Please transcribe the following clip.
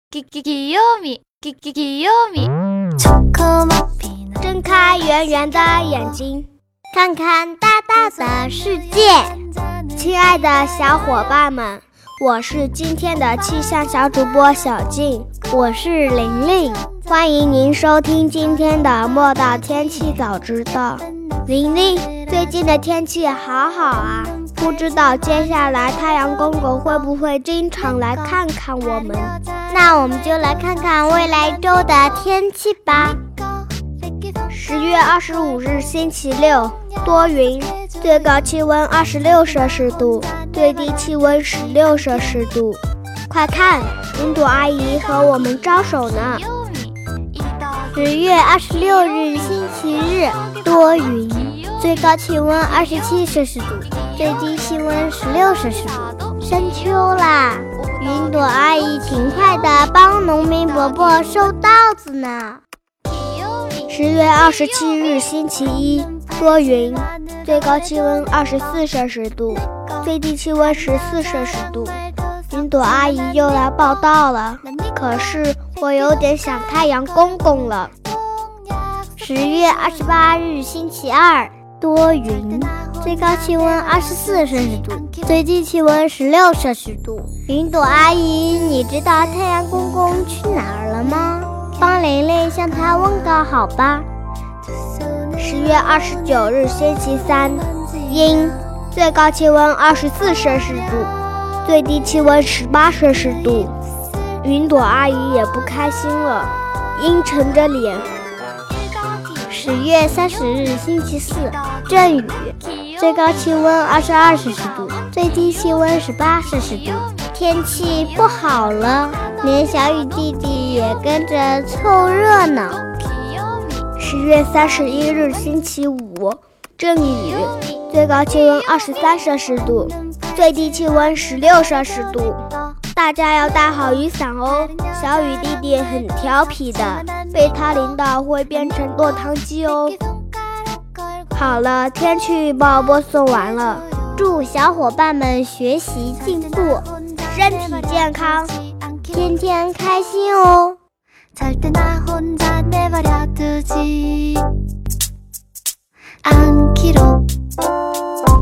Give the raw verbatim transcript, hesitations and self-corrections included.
きききよみきききよみ。 睁开圆圆的眼睛，看看大大的世界。亲爱的小伙伴们，我是今天的气象小主播小静，我是玲玲，欢迎您收听今天的莫道天气早知道。玲玲，最近的天气好好啊，不知道接下来太阳公公会不会经常来看看我们？那我们就来看看未来周的天气吧。十月二十五日星期六，多云，最高气温二十六摄氏度，最低气温十六摄氏度。快看，云朵阿姨和我们招手呢。十月二十六日星期日，多云，最高气温二十七摄氏度，最低气温十六摄氏度。深秋啦，云朵阿姨勤快地帮农民伯伯收稻子呢。十月二十七日星期一，多云，最高气温二十四摄氏度，最低气温十四摄氏度。云朵阿姨又来报道了，可是我有点想太阳公公了。十月二十八日星期二，多云，最高气温二十四摄氏度，最低气温十六摄氏度。云朵阿姨，你知道太阳公公去哪儿了吗？帮玲玲向他问个好吧。十月二十九日星期三，阴，最高气温二十四摄氏度，最低气温十八摄氏度。云朵阿姨也不开心了，阴沉着脸。十月三十日星期四，阵雨，最高气温二十二摄氏度，最低气温十八摄氏度。天气不好了，连小雨弟弟也跟着凑热闹。十月三十一日星期五，阵雨，最高气温二十三摄氏度，最低气温十六摄氏度。大家要带好雨伞哦，小雨弟弟很调皮的，被他淋到会变成落汤鸡哦。好了，天气预报播送完了，祝小伙伴们学習進步，身体健康，天天开心哦。 절대 나 혼자 내버려 두지 않기로